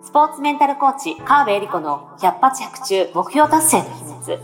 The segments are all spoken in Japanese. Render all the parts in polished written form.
スポーツメンタルコーチ川辺恵理子の百発百中目標達成の秘密。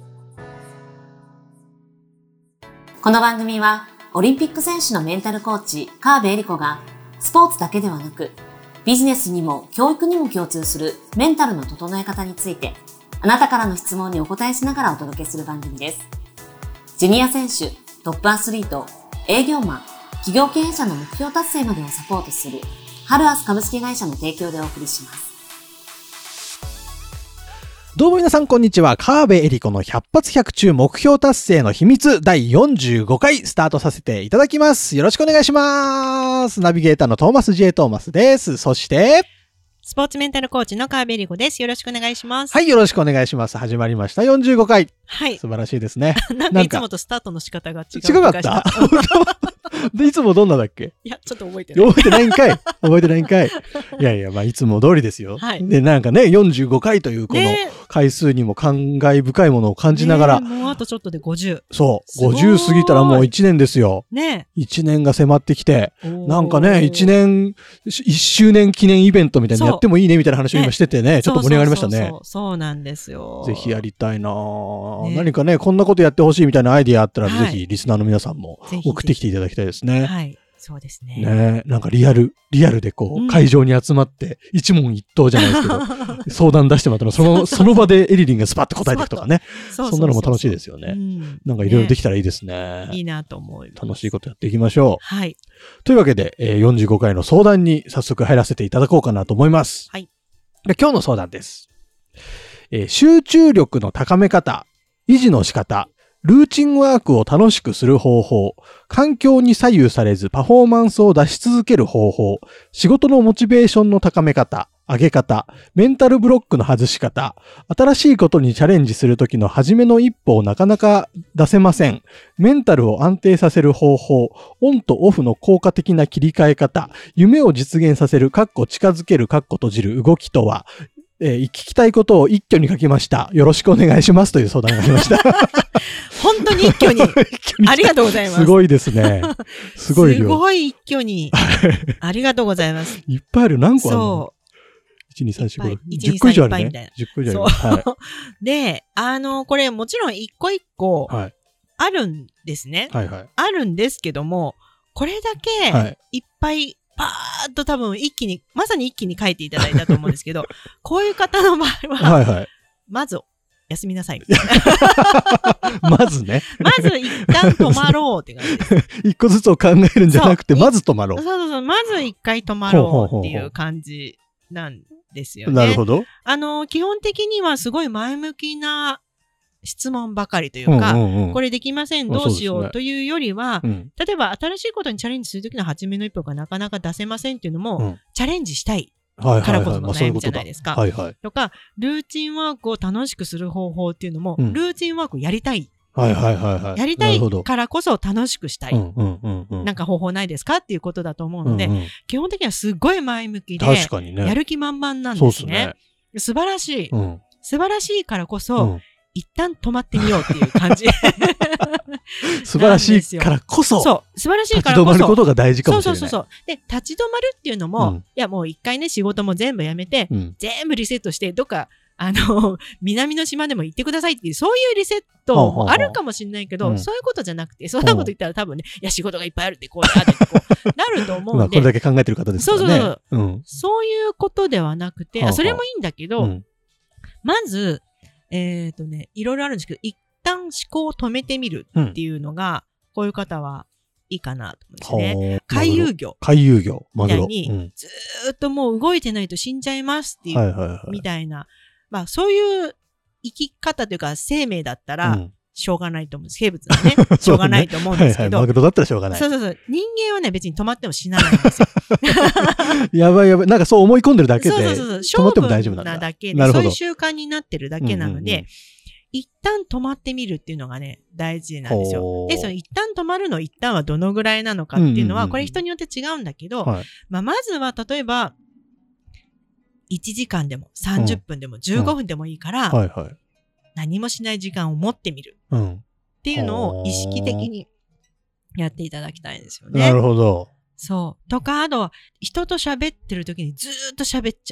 この番組はオリンピック選手のメンタルコーチ川辺恵理子がスポーツだけではなくビジネスにも教育にも共通するメンタルの整え方についてあなたからの質問にお答えしながらお届けする番組です。ジュニア選手、トップアスリート、営業マン、企業経営者の目標達成までをサポートするハルアス株式会社の提供でお送りします。 どうも皆さんこんにちは。川辺恵理子の百発百中目標達成の秘密第45回スタートさせていただきます。よろしくお願いします。ナビゲーターのトーマス J トーマスです。そしてスポーツメンタルコーチの川辺恵理子です。よろしくお願いします。 はい、よろしくお願いします。始まりました45回。 はい。 素晴らしいですね。 なんかいつもとスタートの仕方が違う。 違かったでいつもどんなだっけ？ いや、ちょっと覚えてない。 覚えてないんかい。覚えてないんかい。いやいや、まあいつも通りですよ。 はい。 で、なんかね、45回というこの回数にも感慨深いものを感じながら。 もうあとちょっとで50。 そう。50過ぎたらもう1年ですよ。 ね。 1年が迫ってきて、なんかね、1周年記念イベントみたいなのやってもいいねみたいな話を今しててね、ちょっと盛り上がりましたね。 そうなんですよ。 ぜひやりたいなぁ。何かね、こんなことやってほしいみたいなアイディアあったら、ぜひリスナーの皆さんも送ってきていただきたいですね。 はい。そうですね。 ね、なんかリアルでこう、会場に集まって一問一答じゃないですけど、相談出してもらったらその場でエリリンがスパッと答えていくとかね。そんなのも楽しいですよね。なんかいろいろできたらいいですね。 いいなと思います。 楽しいことやっていきましょう。 はい。 というわけで、45回の相談に早速入らせていただこうかなと思います。 はい。 今日の相談です。集中力の高め方、維持の仕方、ルーチンワークを楽しくする方法、環境に左右されずパフォーマンスを出し続ける方法、仕事のモチベーションの高め方、上げ方、メンタルブロックの外し方、新しいことにチャレンジするときの初めの一歩をなかなか出せません。メンタルを安定させる方法、オンとオフの効果的な切り替え方、夢を実現させる、近づける、閉じる動きとは、聞きたいことを一挙に書きました。よろしくお願いしますという相談が来ました。 本当に一挙に。ありがとうございます。 すごいですね。すごい量。 すごい一挙に。ありがとうございます。 いっぱいある。何個あるの？ そう。 1、2、3、4、5、 10 10個以上あるね。10個以上ある。 そう。で、これもちろん一個一個あるんですね。 はいはい。 あるんですけども、これだけいっぱいパーッと多分まさに一気に書いていただいたと思うんですけど、こういう方の場合は、まず、休みなさい。 まずね。 まず一旦止まろうって感じです。 一個ずつを考えるんじゃなくて、まず止まろう。 そう。まず一回止まろうっていう感じなんですよね。 なるほど。 基本的にはすごい前向きな質問ばかりというか、これできません、どうしようというよりは、例えば新しいことにチャレンジするときの初めの一歩がなかなか出せませんっていうのも、チャレンジしたいからこその悩みじゃないですか。とか、ルーチンワークを楽しくする方法っていうのも、ルーチンワークをやりたい。やりたいからこそ楽しくしたい。なんか方法ないですかっていうことだと思うので、基本的にはすごい前向きで、やる気満々なんですね。素晴らしい。素晴らしいからこそ、一旦止まってみようっていう感じ。 素晴らしいからこそ。 そう。素晴らしいからこそ。 立ち止まることが大事かもしれない。 そう。で、立ち止まるっていうのも、いやもう一回ね、仕事も全部やめて、全部リセットして、どっか、南の島でも行ってくださいっていう、そういうリセットもあるかもしれないけど、そういうことじゃなくて、そんなこと言ったら多分ね、いや仕事がいっぱいあるって、こうやってこう、なると思うんで。 これだけ考えてる方ですからね。 そういうことではなくて、それもいいんだけど、まず、いろいろあるんですけど、一旦思考を止めてみるっていうのが、こういう方はいいかなと思うんですね。回遊魚。みたいに、ずーっともう動いてないと死んじゃいますっていう、みたいな。まあ、そういう生き方というか、生命だったら、しょうがないと思うんです。生物はね、しょうがないと思うんですけど。 マグロだったらしょうがない。 そう。人間はね、別に止まっても死なないんですよ。 やばい。なんかそう思い込んでるだけで。止まっても大丈夫なんだ。 なだけで、そういう習慣になってるだけなので、一旦止まってみるっていうのがね、大事なんですよ。で、その一旦止まるの一旦はどのぐらいなのかっていうのは、これ人によって違うんだけど、まずは例えば、1時間でも30分でも15分でもいいから、何もしない時間を持ってみるっていうのを意識的にやっていただきたいんですよね。 なるほど。 そう。とか、あとは人と喋ってる時にずーっと喋っちゃう。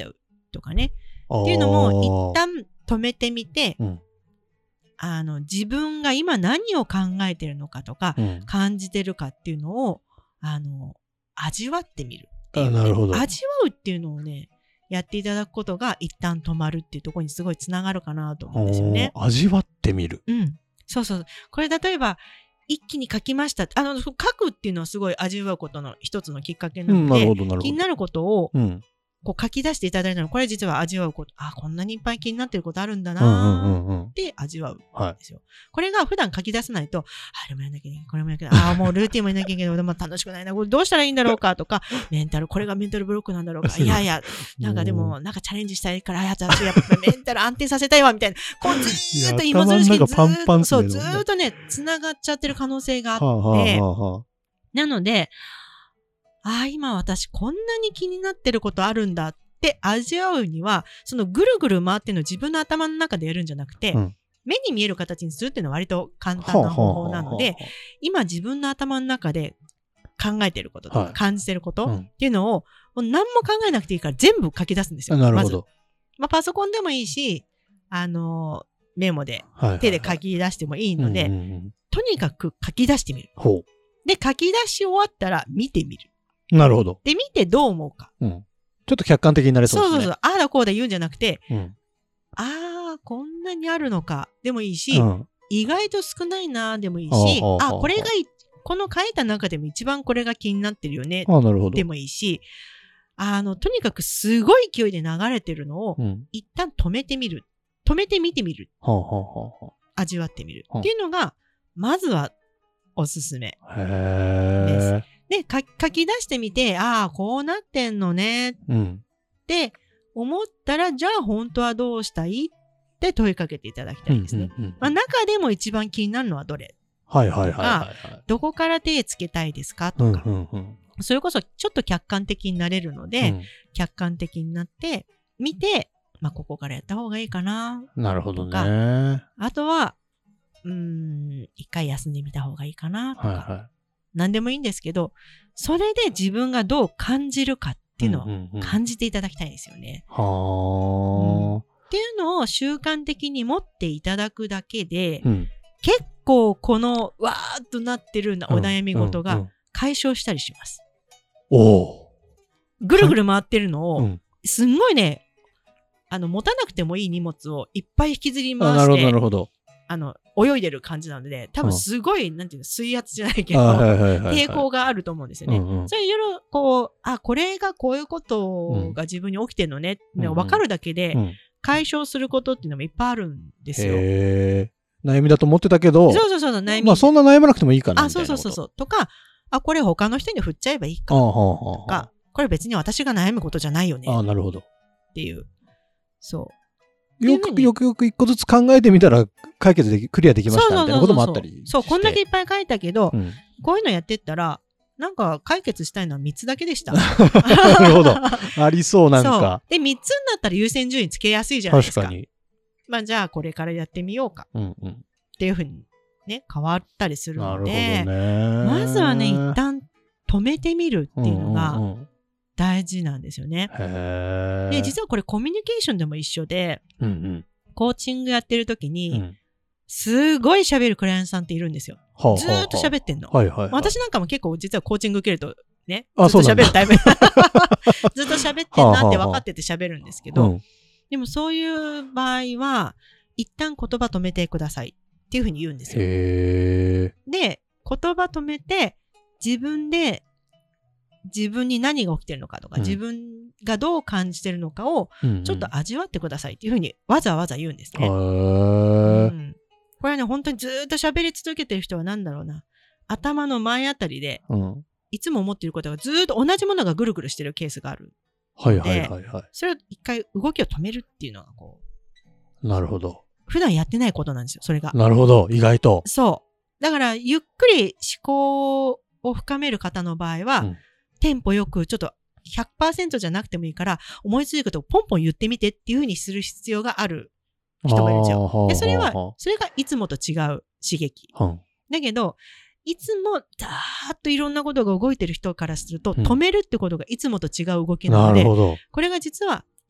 とかね。っていうのも一旦止めてみて、自分が今何を考えてるのかとか、感じてるかっていうのを、味わってみるっていう、ね。 なるほど。 味わうっていうのをね、やっていただくことが一旦止まるっていうところにすごいつながるかなと思うんですよね。 味わってみる。 そうそう。これ例えば、一気に書きました。書くっていうのはすごい味わうことの一つのきっかけなので、気になることを、こう書き出していただいたのこれ実は味わうこと。こんなにいっぱい気になってることあるんだなって味わうんですよ。これが普段書き出さないと、あれもやんなきゃいけない、これもやんなきゃいけない、もうルーティンもやんなきゃいけない、でも楽しくないな、これどうしたらいいんだろうかとか、これがメンタルブロックなんだろうか、いやいや、なんかでも、なんかチャレンジしたいから、私やっぱメンタル安定させたいわ、みたいな、こうずーっと芋づる式にずーっとね、繋がっちゃってる可能性があって、なので、今私こんなに気になってることあるんだって味わうには、そのぐるぐる回ってるのを自分の頭の中でやるんじゃなくて、目に見える形にするっていうのは割と簡単な方法なので、今自分の頭の中で考えてることとか感じてることっていうのを、もう何も考えなくていいから全部書き出すんですよ。 なるほど。 まず。パソコンでもいいし、メモで、手で書き出してもいいので、とにかく書き出してみる。で、書き出し終わったら見てみる。 なるほど。 で、見てどう思うか。 ちょっと客観的になれそうですね。 そう。ああだこうだ言うんじゃなくて、こんなにあるのかでもいいし、意外と少ないなでもいいし、これがこの書いた中でも一番これが気になってるよねでもいいし、とにかくすごい勢いで流れてるのを、一旦止めてみる。止めて見てみる。味わってみる。っていうのが、まずはおすすめです。で、書き出してみて、こうなってんのねって思ったら、じゃあ本当はどうしたいって問いかけていただきたいですね。中でも一番気になるのはどれどこから手つけたいですかとか、それこそちょっと客観的になれるので、客観的になって見て、ここからやった方がいいかな。 なるほどね。 あとは、一回休んでみた方がいいかなとか。何でもいいんですけど、それで自分がどう感じるかっていうのを感じていただきたいですよね。っていうのを習慣的に持っていただくだけで、結構このわーっとなってるお悩み事が解消したりします。ぐるぐる回ってるのを、すんごいね、持たなくてもいい荷物をいっぱい引きずり回して、 なるほど。 泳いでる感じなので、多分すごい、なんていうの、水圧じゃないけど、抵抗があると思うんですよね。それいろいろ、これがこういうことが自分に起きてるのねって分かるだけで、解消することっていうのもいっぱいあるんですよ。 悩みだと思ってたけど、悩み。そんな悩まなくてもいいかなみたいなこと。 そう。とか、これ他の人に振っちゃえばいいか。とか、これ別に私が悩むことじゃないよね。 なるほど。 っていう。そう。 よく一個ずつ考えてみたらクリアできましたみたいなこともあったりして。 そう、こんだけいっぱい書いたけど、こういうのやってったら、なんか解決したいのは3つだけでした。 なるほど。ありそう、なんか。 で、3つになったら優先順位つけやすいじゃないですか。 確かに。 じゃあこれからやってみようか。っていうふうにね、変わったりするので、 なるほどね。 まずはね、一旦止めてみるっていうのが大事なんですよね。で、実はこれコミュニケーションでも一緒で、コーチングやってる時に、すごい喋るクライアントさんっているんですよ。ずーっと喋ってんの。私なんかも結構実はコーチング受けるとね、ずっと喋るタイプ。ずっと喋ってんなって分かってて喋るんですけど、でもそういう場合は、一旦言葉止めてくださいっていうふうに言うんですよ。で、言葉止めて、自分に何が起きてるのかとか、自分がどう感じてるのかをちょっと味わってくださいっていうふうにわざわざ言うんですね。これはね、本当にずーっと喋り続けてる人は何だろうな。頭の前あたりで、いつも思っていることがずーっと同じものがぐるぐるしてるケースがある。それを一回動きを止めるっていうのがなるほど。 普段やってないことなんですよ、それが。 なるほど、意外と。 そう。だから、ゆっくり思考を深める方の場合は、テンポよく、ちょっと 100% じゃなくてもいいから、思いついたことをポンポン言ってみてっていう風にする必要がある人がいるんですよ。で、それがいつもと違う刺激。だけど、いつもだーっといろんなことが動いてる人からすると、止めるってことがいつもと違う動きなので、これが実は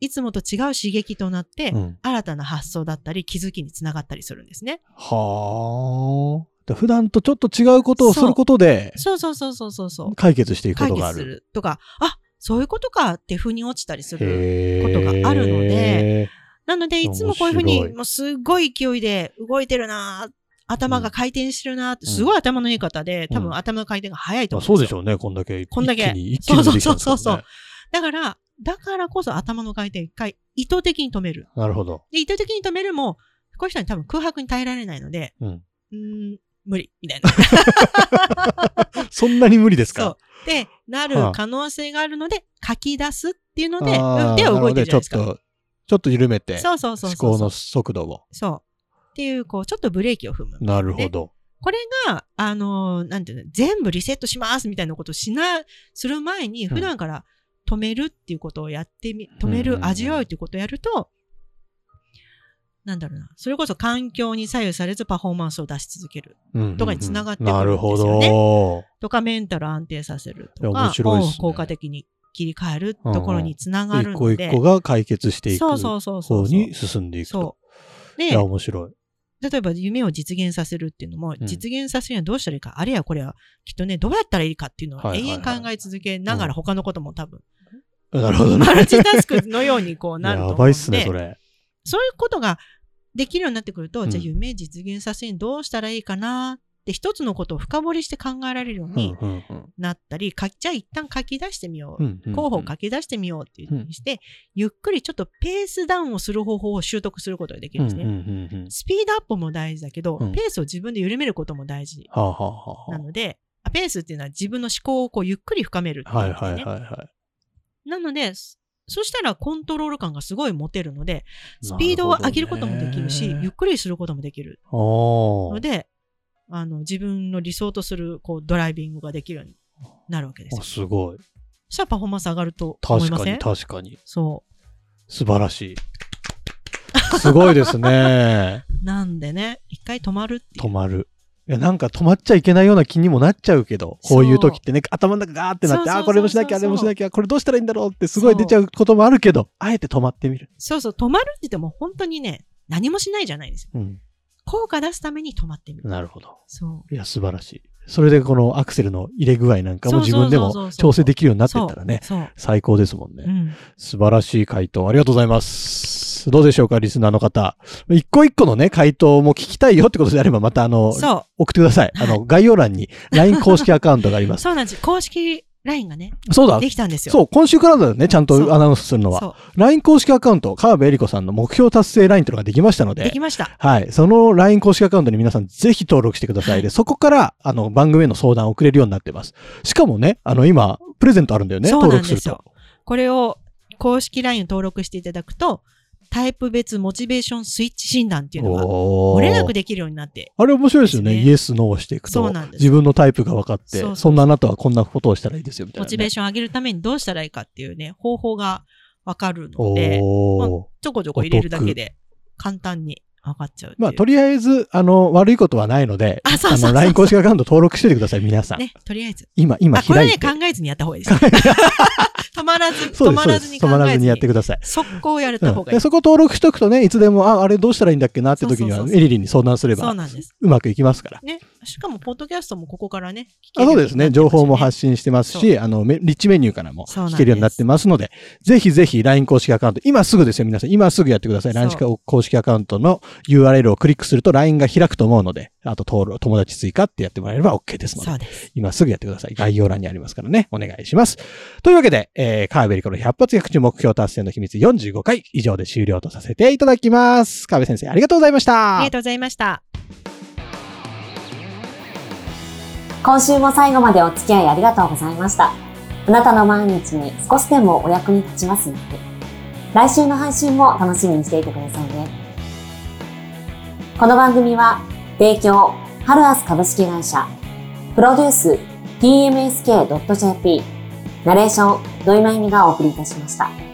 いつもと違う刺激となって、新たな発想だったり気づきにつながったりするんですね。 はあ。普段とちょっと違うことをすることで、 そう。 解決していくことがある。 解決するとか、そういうことかって腑に落ちたりすることがあるので、なのでいつもこういうふうにもうすごい勢いで動いてるな、頭が回転してるなって、すごい頭のいい方で、多分頭の回転が早いと思うんですよ。 そうでしょうね、こんだけ。 こんだけ。 一気にできたんですよね。 そう。だからこそ頭の回転一回意図的に止める。 なるほど。 で、意図的に止めるも、こういう人に多分空白に耐えられないので、無理、みたいな。 そんなに無理ですか？ そう。で、なる可能性があるので、書き出すっていうので、手は動いてるじゃないですか。 ちょっと緩めて。 そう。 思考の速度を。 そう。っていう、ちょっとブレーキを踏む。 なるほど。 これが、なんていうの、全部リセットしますみたいなことをする前に、普段から止めるっていうことを止める、味わうっていうことをやると、なんだろうな。それこそ環境に左右されずパフォーマンスを出し続けるとかにつながってくるんですよね。 なるほど。 とかメンタル安定させるとか、効果的に切り替えるところにつながるので。 一個一個が解決していく方に進んでいくと。 で、 いや、面白い。 例えば夢を実現させるっていうのも、実現させるにはどうしたらいいか、あるいはこれはきっとね、どうやったらいいかっていうのを延々考え続けながら他のことも多分、 なるほどね。 マルチタスクのようにこうなると思うので。 やばいっすね、それ。 そういうことができるようになってくると、じゃあ夢実現させるにどうしたらいいかなって一つのことを深掘りして考えられるようになったり、じゃあ一旦書き出してみよう。候補を書き出してみようっていうふうにして、ゆっくりちょっとペースダウンをする方法を習得することができるんですね。スピードアップも大事だけど、ペースを自分で緩めることも大事。なので、ペースっていうのは自分の思考をこうゆっくり深めるっていう意味でね。なので、そしたらコントロール感がすごい持てるので、スピードを上げることもできるし、ゆっくりすることもできる。ので、自分の理想とするこうドライビングができるようになるわけですよ。 すごい。 そしたらパフォーマンス上がると思いません？ 確かに。 そう。 素晴らしい。すごいですね。 なんでね、一回止まるっていう。 止まる。いや、なんか止まっちゃいけないような気にもなっちゃうけど、こういう時ってね、頭の中ガーってなって、これもしなきゃ、あれもしなきゃ、これどうしたらいいんだろうってすごい出ちゃうこともあるけど、あえて止まってみる。 そう、止まるって言っても本当にね、何もしないじゃないですよ。効果出すために止まってみる。 なるほど。 そう。 いや、素晴らしい。それでこのアクセルの入れ具合なんかも自分でも調整できるようになってったらね、最高ですもんね。素晴らしい回答ありがとうございます。どうでしょうか、リスナーの方。一個一個のね、回答も聞きたいよってことであれば、また送ってください。概要欄に LINE 公式アカウントがあります。 そうなんです。公式LINE がね、できたんですよ。 そう、今週からだよね、ちゃんとアナウンスするのは。LINE 公式アカウント、川辺恵理子さんの目標達成 LINE というのができましたので。 できました。 はい。その LINE 公式アカウントに皆さんぜひ登録してください。で、そこから、番組への相談を送れるようになってます。しかもね、今、プレゼントあるんだよね、登録すると。これを、公式 LINE を登録していただくと、タイプ別モチベーションスイッチ診断っていうのが漏れなくできるようになって。 あれ面白いですよね。イエス、ノーをしていくと。自分のタイプが分かって、そんなあなたはこんなことをしたらいいですよみたいな、 モチベーション上げるためにどうしたらいいかっていうね、方法が分かるので、ちょこちょこ入れるだけで簡単に分かっちゃう。 まあ、とりあえず、悪いことはないので、LINE 公式アカウント登録しておいてください、皆さん。 ね、とりあえず。 今開いて。 これね、考えずにやった方がいいです。止まらずに止まらずにやってください。 速攻やれた方がいい。 そこ登録しとくとね、いつでも、あれどうしたらいいんだっけなって時には、エリリンに相談すれば、うまくいきますから。 ね。しかも、ポッドキャストもここからね、 そうですね。情報も発信してますし、リッチメニューからも聞けるようになってますので、ぜひぜひ LINE 公式アカウント、今すぐですよ、皆さん。今すぐやってください。LINE 公式アカウントの URL をクリックすると LINE が開くと思うので、あと友達追加ってやってもらえれば OK ですので、今すぐやってください。概要欄にありますからね、お願いします。というわけで、川辺恵理子の100発100中目標達成の秘密45回以上で終了とさせていただきます。川辺先生、ありがとうございました。 ありがとうございました。 今週も最後までお付き合いありがとうございました。あなたの毎日に少しでもお役に立ちますように。来週の配信も楽しみにしていてくださいね。この番組は、提供、ハルアス株式会社、プロデュース、tmsk.jp、ナレーション、土井真由美がお送りいたしました。